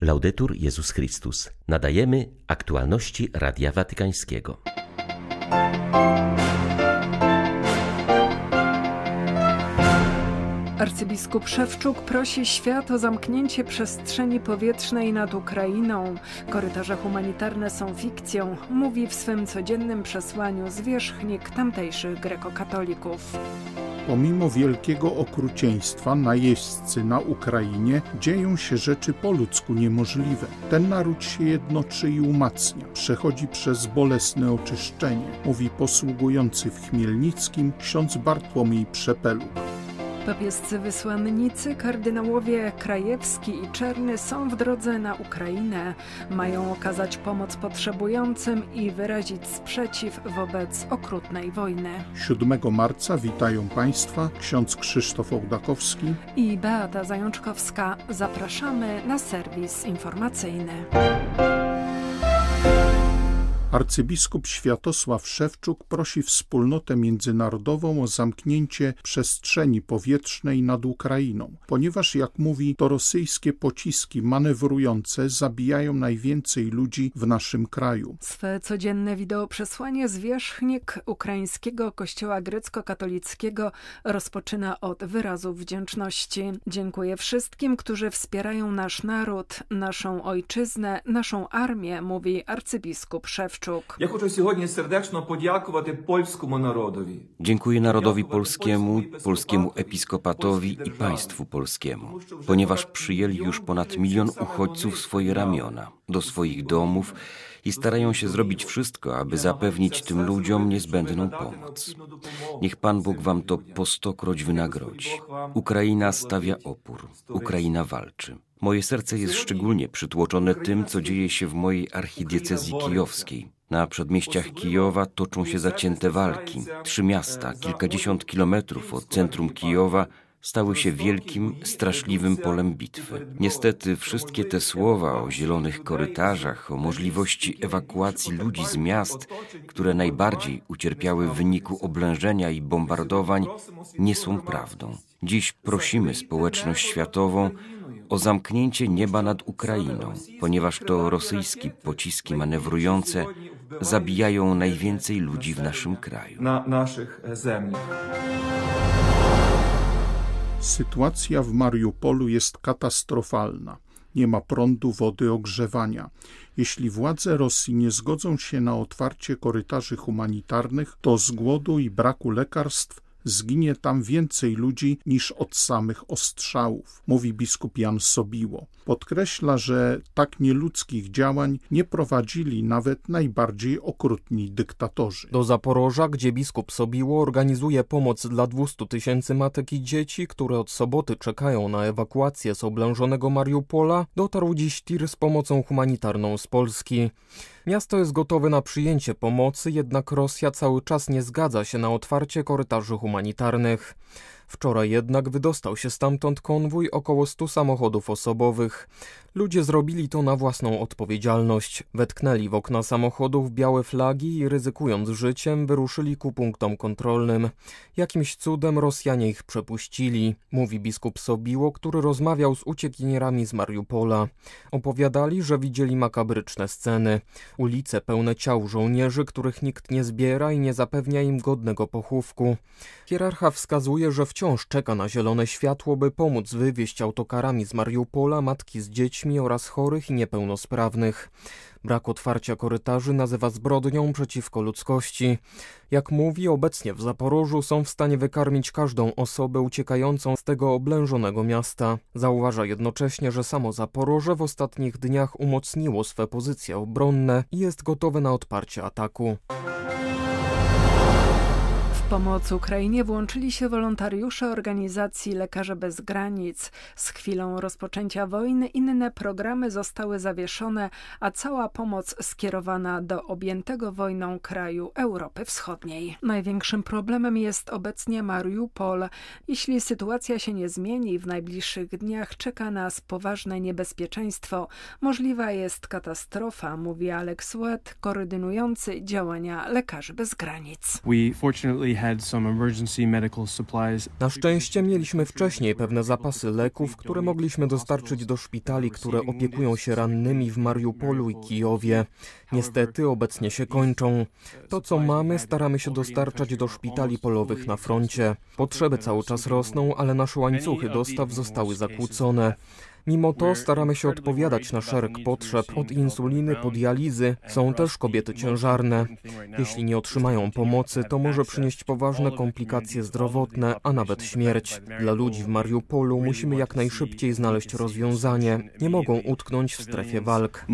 Laudetur Jezus Chrystus. Nadajemy aktualności Radia Watykańskiego. Arcybiskup Szewczuk prosi świat o zamknięcie przestrzeni powietrznej nad Ukrainą. Korytarze humanitarne są fikcją, mówi w swym codziennym przesłaniu zwierzchnik tamtejszych grekokatolików. Pomimo wielkiego okrucieństwa najeźdźcy na Ukrainie dzieją się rzeczy po ludzku niemożliwe. Ten naród się jednoczy i umacnia, przechodzi przez bolesne oczyszczenie, mówi posługujący w Chmielnickim ksiądz Bartłomiej Przepeluk. Papiescy wysłannicy, kardynałowie Krajewski i Czerny są w drodze na Ukrainę. Mają okazać pomoc potrzebującym i wyrazić sprzeciw wobec okrutnej wojny. 7 marca witają Państwa ksiądz Krzysztof Ołdakowski i Beata Zajączkowska. Zapraszamy na serwis informacyjny. Arcybiskup Światosław Szewczuk prosi wspólnotę międzynarodową o zamknięcie przestrzeni powietrznej nad Ukrainą, ponieważ, jak mówi, to rosyjskie pociski manewrujące zabijają najwięcej ludzi w naszym kraju. Swe codzienne wideoprzesłanie zwierzchnik ukraińskiego kościoła grecko-katolickiego rozpoczyna od wyrazów wdzięczności. Dziękuję wszystkim, którzy wspierają nasz naród, naszą ojczyznę, naszą armię, mówi arcybiskup Szewczuk. Ja хочу сьогодні сердечно подякувати польському народові. Dziękuję narodowi polskiemu, polskiemu episkopatowi i państwu polskiemu, ponieważ przyjęli już ponad 1 milion uchodźców w swoje ramiona, do swoich domów i starają się zrobić wszystko, aby zapewnić tym ludziom niezbędną pomoc. Niech Pan Bóg wam to po 100-kroć wynagrodzi. Ukraina stawia opór, Ukraina walczy. Moje serce jest szczególnie przytłoczone tym, co dzieje się w mojej archidiecezji kijowskiej. Na przedmieściach Kijowa toczą się zacięte walki. 3 miasta, kilkadziesiąt kilometrów od centrum Kijowa stały się wielkim, straszliwym polem bitwy. Niestety wszystkie te słowa o zielonych korytarzach, o możliwości ewakuacji ludzi z miast, które najbardziej ucierpiały w wyniku oblężenia i bombardowań, nie są prawdą. Dziś prosimy społeczność światową o zamknięcie nieba nad Ukrainą, ponieważ to rosyjskie pociski manewrujące zabijają najwięcej ludzi w naszym kraju. Na naszych ziemiach. Sytuacja w Mariupolu jest katastrofalna. Nie ma prądu, wody, ogrzewania. Jeśli władze Rosji nie zgodzą się na otwarcie korytarzy humanitarnych, to z głodu i braku lekarstw zginie tam więcej ludzi niż od samych ostrzałów, mówi biskup Jan Sobiło. Podkreśla, że tak nieludzkich działań nie prowadzili nawet najbardziej okrutni dyktatorzy. Do Zaporoża, gdzie biskup Sobiło organizuje pomoc dla 200 000 matek i dzieci, które od soboty czekają na ewakuację z oblężonego Mariupola, dotarł dziś tir z pomocą humanitarną z Polski. Miasto jest gotowe na przyjęcie pomocy, jednak Rosja cały czas nie zgadza się na otwarcie korytarzy humanitarnych. Wczoraj jednak wydostał się stamtąd konwój około 100 samochodów osobowych. Ludzie zrobili to na własną odpowiedzialność. Wetknęli w okna samochodów białe flagi i ryzykując życiem wyruszyli ku punktom kontrolnym. Jakimś cudem Rosjanie ich przepuścili, mówi biskup Sobiło, który rozmawiał z uciekinierami z Mariupola. Opowiadali, że widzieli makabryczne sceny. Ulice pełne ciał żołnierzy, których nikt nie zbiera i nie zapewnia im godnego pochówku. Hierarcha wskazuje, że wciąż czeka na zielone światło, by pomóc wywieźć autokarami z Mariupola matki z dziećmi oraz chorych i niepełnosprawnych. Brak otwarcia korytarzy nazywa zbrodnią przeciwko ludzkości. Jak mówi, obecnie w Zaporożu są w stanie wykarmić każdą osobę uciekającą z tego oblężonego miasta. Zauważa jednocześnie, że samo Zaporoże w ostatnich dniach umocniło swe pozycje obronne i jest gotowe na odparcie ataku. W pomoc Ukrainie włączyli się wolontariusze organizacji Lekarze Bez Granic. Z chwilą rozpoczęcia wojny inne programy zostały zawieszone, a cała pomoc skierowana do objętego wojną kraju Europy Wschodniej. Największym problemem jest obecnie Mariupol. Jeśli sytuacja się nie zmieni, w najbliższych dniach czeka nas poważne niebezpieczeństwo. Możliwa jest katastrofa, mówi Alex Łed, koordynujący działania Lekarzy Bez Granic. Na szczęście mieliśmy wcześniej pewne zapasy leków, które mogliśmy dostarczyć do szpitali, które opiekują się rannymi w Mariupolu i Kijowie. Niestety obecnie się kończą. To, co mamy, staramy się dostarczać do szpitali polowych na froncie. Potrzeby cały czas rosną, ale nasze łańcuchy dostaw zostały zakłócone. Mimo to staramy się odpowiadać na szereg potrzeb, od insuliny po dializy. Są też kobiety ciężarne. Jeśli nie otrzymają pomocy, to może przynieść poważne komplikacje zdrowotne, a nawet śmierć. Dla ludzi w Mariupolu musimy jak najszybciej znaleźć rozwiązanie. Nie mogą utknąć w strefie walk.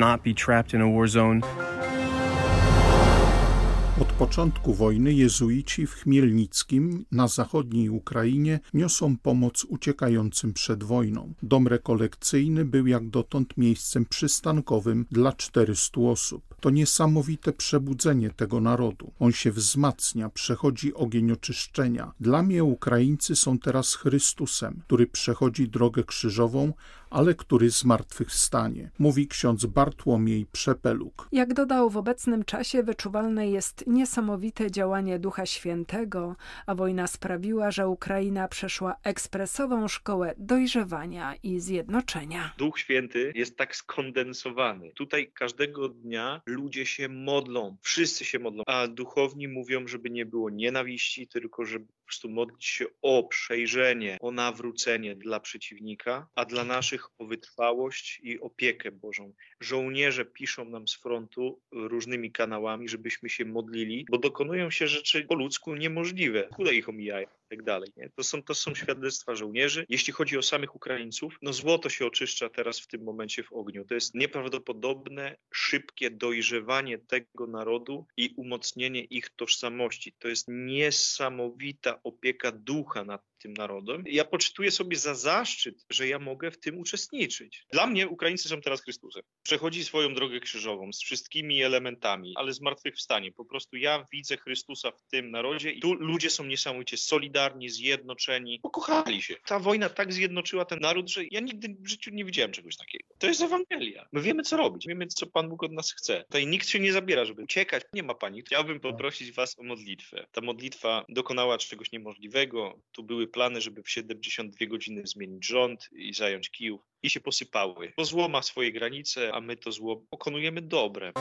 Od początku wojny jezuici w Chmielnickim na zachodniej Ukrainie niosą pomoc uciekającym przed wojną. Dom rekolekcyjny był jak dotąd miejscem przystankowym dla 400 osób. To niesamowite przebudzenie tego narodu. On się wzmacnia, przechodzi ogień oczyszczenia. Dla mnie Ukraińcy są teraz Chrystusem, który przechodzi drogę krzyżową, ale który zmartwychwstanie, mówi ksiądz Bartłomiej Przepeluk. Jak dodał, w obecnym czasie wyczuwalne jest niesamowite działanie Ducha Świętego, a wojna sprawiła, że Ukraina przeszła ekspresową szkołę dojrzewania i zjednoczenia. Duch Święty jest tak skondensowany. Tutaj każdego dnia ludzie się modlą, wszyscy się modlą, a duchowni mówią, żeby nie było nienawiści, tylko żeby po prostu modlić się o przejrzenie, o nawrócenie dla przeciwnika, a dla naszych o wytrwałość i opiekę Bożą. Żołnierze piszą nam z frontu różnymi kanałami, żebyśmy się modlili, bo dokonują się rzeczy po ludzku niemożliwe. Kule ich omijają i tak dalej. Nie? To są świadectwa żołnierzy. Jeśli chodzi o samych Ukraińców, złoto się oczyszcza teraz w tym momencie w ogniu. To jest nieprawdopodobne, szybkie dojrzewanie tego narodu i umocnienie ich tożsamości. To jest niesamowita opieka ducha nad tym narodem. Ja poczytuję sobie za zaszczyt, że ja mogę w tym uczestniczyć. Dla mnie Ukraińcy są teraz Chrystusem. Przechodzi swoją drogę krzyżową z wszystkimi elementami, ale zmartwychwstanie. Po prostu ja widzę Chrystusa w tym narodzie i tu ludzie są niesamowicie solidarni, zjednoczeni, pokochali się. Ta wojna tak zjednoczyła ten naród, że ja nigdy w życiu nie widziałem czegoś takiego. To jest Ewangelia. My wiemy, co robić. Wiemy, co Pan Bóg od nas chce. Tutaj nikt się nie zabiera, żeby uciekać. Nie ma pani. Chciałbym poprosić was o modlitwę. Ta modlitwa dokonała czegoś niemożliwego. Tu były plany, żeby w 72 godziny zmienić rząd i zająć Kijów. I się posypały. Bo zło ma swoje granice, a my to zło pokonujemy dobrem.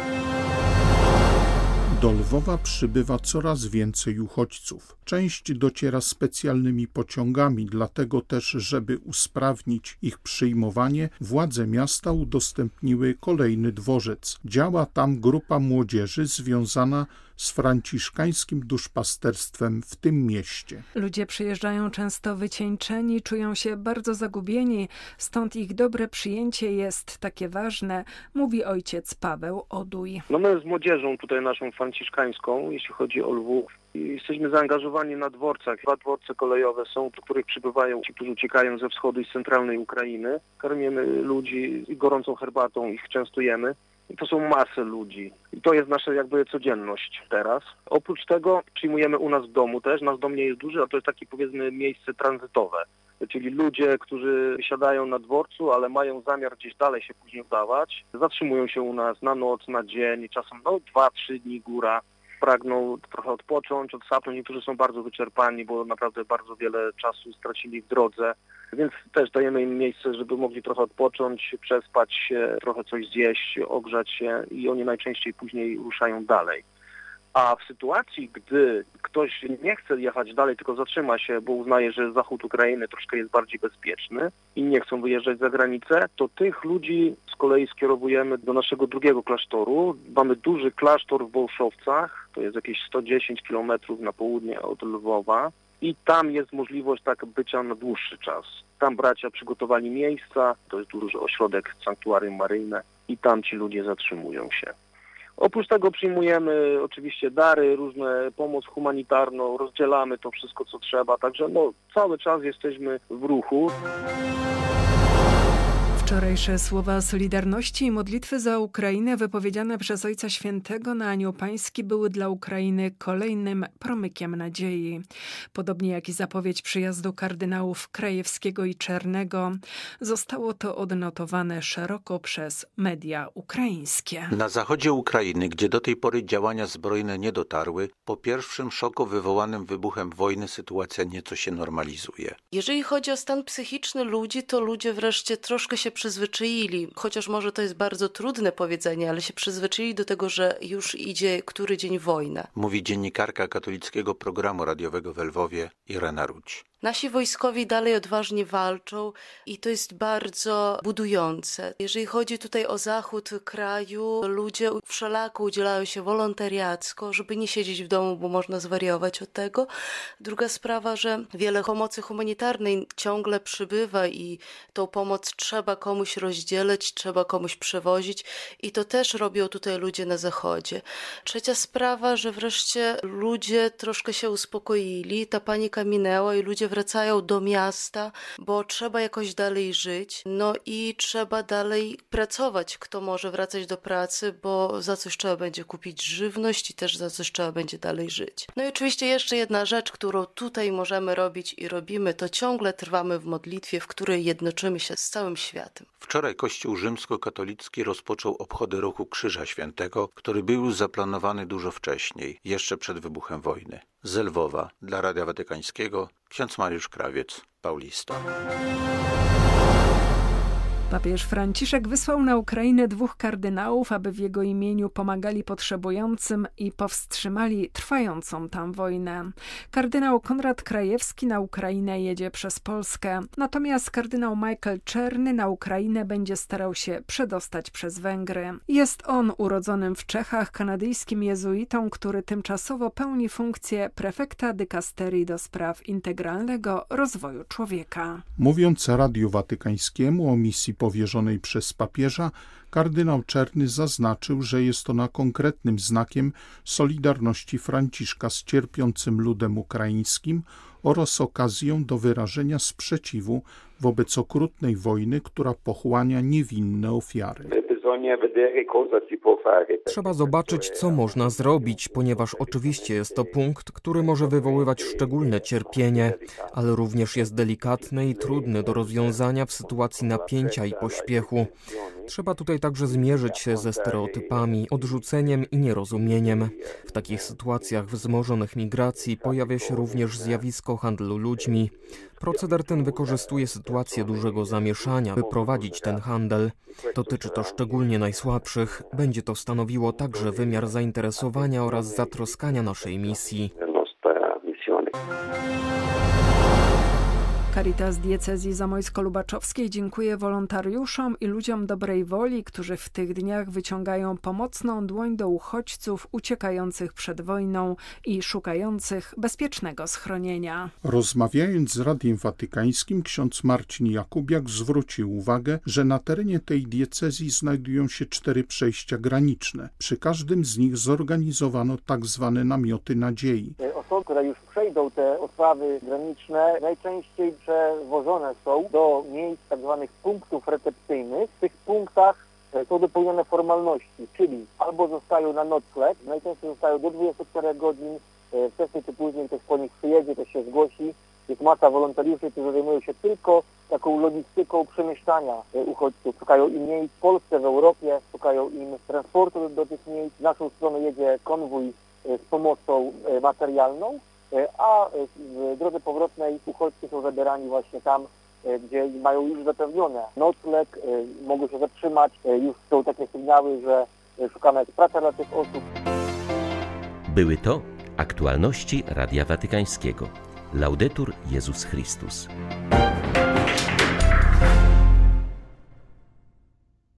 Do Lwowa przybywa coraz więcej uchodźców. Część dociera specjalnymi pociągami, dlatego też, żeby usprawnić ich przyjmowanie, władze miasta udostępniły kolejny dworzec. Działa tam grupa młodzieży związana z franciszkańskim duszpasterstwem w tym mieście. Ludzie przyjeżdżają często wycieńczeni, czują się bardzo zagubieni, stąd ich dobre przyjęcie jest takie ważne, mówi ojciec Paweł Oduj. My z młodzieżą tutaj naszą franciszkańską, jeśli chodzi o Lwów, jesteśmy zaangażowani na dworcach. 2 dworce kolejowe są, do których przybywają ci, którzy uciekają ze wschodu i z centralnej Ukrainy. Karmimy ludzi gorącą herbatą, ich częstujemy. I to są masy ludzi. I to jest nasza jakby codzienność teraz. Oprócz tego przyjmujemy u nas w domu też. Nasz dom nie jest duży, a to jest takie powiedzmy miejsce tranzytowe. Czyli ludzie, którzy wysiadają na dworcu, ale mają zamiar gdzieś dalej się później udawać, zatrzymują się u nas na noc, na dzień, czasem 2-3 dni góra. Pragną trochę odpocząć, odsapnąć. Niektórzy są bardzo wyczerpani, bo naprawdę bardzo wiele czasu stracili w drodze. Więc też dajemy im miejsce, żeby mogli trochę odpocząć, przespać się, trochę coś zjeść, ogrzać się i oni najczęściej później ruszają dalej. A w sytuacji, gdy ktoś nie chce jechać dalej, tylko zatrzyma się, bo uznaje, że zachód Ukrainy troszkę jest bardziej bezpieczny i nie chcą wyjeżdżać za granicę, to tych ludzi z kolei skierowujemy do naszego drugiego klasztoru. Mamy duży klasztor w Bolszowcach, to jest jakieś 110 km na południe od Lwowa. I tam jest możliwość bycia na dłuższy czas. Tam bracia przygotowali miejsca, to jest duży ośrodek, sanktuarium maryjne i tam ci ludzie zatrzymują się. Oprócz tego przyjmujemy oczywiście dary, różne pomoc humanitarną, rozdzielamy to wszystko, co trzeba, także cały czas jesteśmy w ruchu. Wczorajsze słowa solidarności i modlitwy za Ukrainę wypowiedziane przez Ojca Świętego na Anioł Pański były dla Ukrainy kolejnym promykiem nadziei. Podobnie jak i zapowiedź przyjazdu kardynałów Krajewskiego i Czernego, zostało to odnotowane szeroko przez media ukraińskie. Na zachodzie Ukrainy, gdzie do tej pory działania zbrojne nie dotarły, po pierwszym szoku wywołanym wybuchem wojny sytuacja nieco się normalizuje. Jeżeli chodzi o stan psychiczny ludzi, to ludzie wreszcie troszkę się przyzwyczaili, chociaż może to jest bardzo trudne powiedzenie, ale się przyzwyczaili do tego, że już idzie który dzień wojna. Mówi dziennikarka katolickiego programu radiowego w Lwowie Irena Rudź. Nasi wojskowi dalej odważnie walczą i to jest bardzo budujące. Jeżeli chodzi tutaj o zachód kraju, ludzie wszelako udzielają się wolontariacko, żeby nie siedzieć w domu, bo można zwariować od tego. Druga sprawa, że wiele pomocy humanitarnej ciągle przybywa i tą pomoc trzeba komuś rozdzielać, trzeba komuś przewozić i to też robią tutaj ludzie na zachodzie. Trzecia sprawa, że wreszcie ludzie troszkę się uspokoili, ta panika minęła i ludzie wracają do miasta, bo trzeba jakoś dalej żyć, no i trzeba dalej pracować. Kto może wracać do pracy, bo za coś trzeba będzie kupić żywność i też za coś trzeba będzie dalej żyć. No i oczywiście jeszcze jedna rzecz, którą tutaj możemy robić i robimy, to ciągle trwamy w modlitwie, w której jednoczymy się z całym światem. Wczoraj Kościół rzymskokatolicki rozpoczął obchody roku Krzyża Świętego, który był już zaplanowany dużo wcześniej, jeszcze przed wybuchem wojny. Z Lwowa dla Radia Watykańskiego ksiądz Mariusz Krawiec, Paulista. Papież Franciszek wysłał na Ukrainę 2 kardynałów, aby w jego imieniu pomagali potrzebującym i powstrzymali trwającą tam wojnę. Kardynał Konrad Krajewski na Ukrainę jedzie przez Polskę, natomiast kardynał Michael Czerny na Ukrainę będzie starał się przedostać przez Węgry. Jest on urodzonym w Czechach kanadyjskim jezuitą, który tymczasowo pełni funkcję prefekta dykasterii do spraw integralnego rozwoju człowieka. Mówiąc Radiu Watykańskiemu o misji powierzonej przez papieża, kardynał Czerny zaznaczył, że jest ona konkretnym znakiem solidarności Franciszka z cierpiącym ludem ukraińskim oraz okazją do wyrażenia sprzeciwu wobec okrutnej wojny, która pochłania niewinne ofiary. Trzeba zobaczyć, co można zrobić, ponieważ oczywiście jest to punkt, który może wywoływać szczególne cierpienie, ale również jest delikatny i trudny do rozwiązania w sytuacji napięcia i pośpiechu. Trzeba tutaj także zmierzyć się ze stereotypami, odrzuceniem i nierozumieniem. W takich sytuacjach wzmożonych migracji pojawia się również zjawisko handlu ludźmi. Proceder ten wykorzystuje sytuację dużego zamieszania, by prowadzić ten handel. Dotyczy to szczególnie najsłabszych. Będzie to stanowiło także wymiar zainteresowania oraz zatroskania naszej misji. Caritas Diecezji Zamojsko-Lubaczowskiej dziękuję wolontariuszom i ludziom dobrej woli, którzy w tych dniach wyciągają pomocną dłoń do uchodźców uciekających przed wojną i szukających bezpiecznego schronienia. Rozmawiając z Radiem Watykańskim, ksiądz Marcin Jakubiak zwrócił uwagę, że na terenie tej diecezji znajdują się 4 przejścia graniczne. Przy każdym z nich zorganizowano tak zwane namioty nadziei. Osoby, które już przejdą te odprawy graniczne, najczęściej przewożone są do miejsc tak zwanych punktów recepcyjnych. W tych punktach są dopełnione formalności, czyli albo zostają na nocleg, najczęściej zostają do 24 godzin, wcześniej czy później ktoś po nich przyjedzie, ktoś się zgłosi. Jest masa wolontariuszy, którzy zajmują się tylko taką logistyką przemieszczania uchodźców. Szukają im miejsc w Polsce, w Europie, szukają im transportu do tych miejsc. W naszą stronę jedzie konwój z pomocą materialną, a w drodze powrotnej uchodźcy są zabierani właśnie tam, gdzie mają już zapewnione nocleg, mogą się zatrzymać, już są takie sygnały, że szukamy pracy dla tych osób. Były to aktualności Radia Watykańskiego. Laudetur Jezus Chrystus.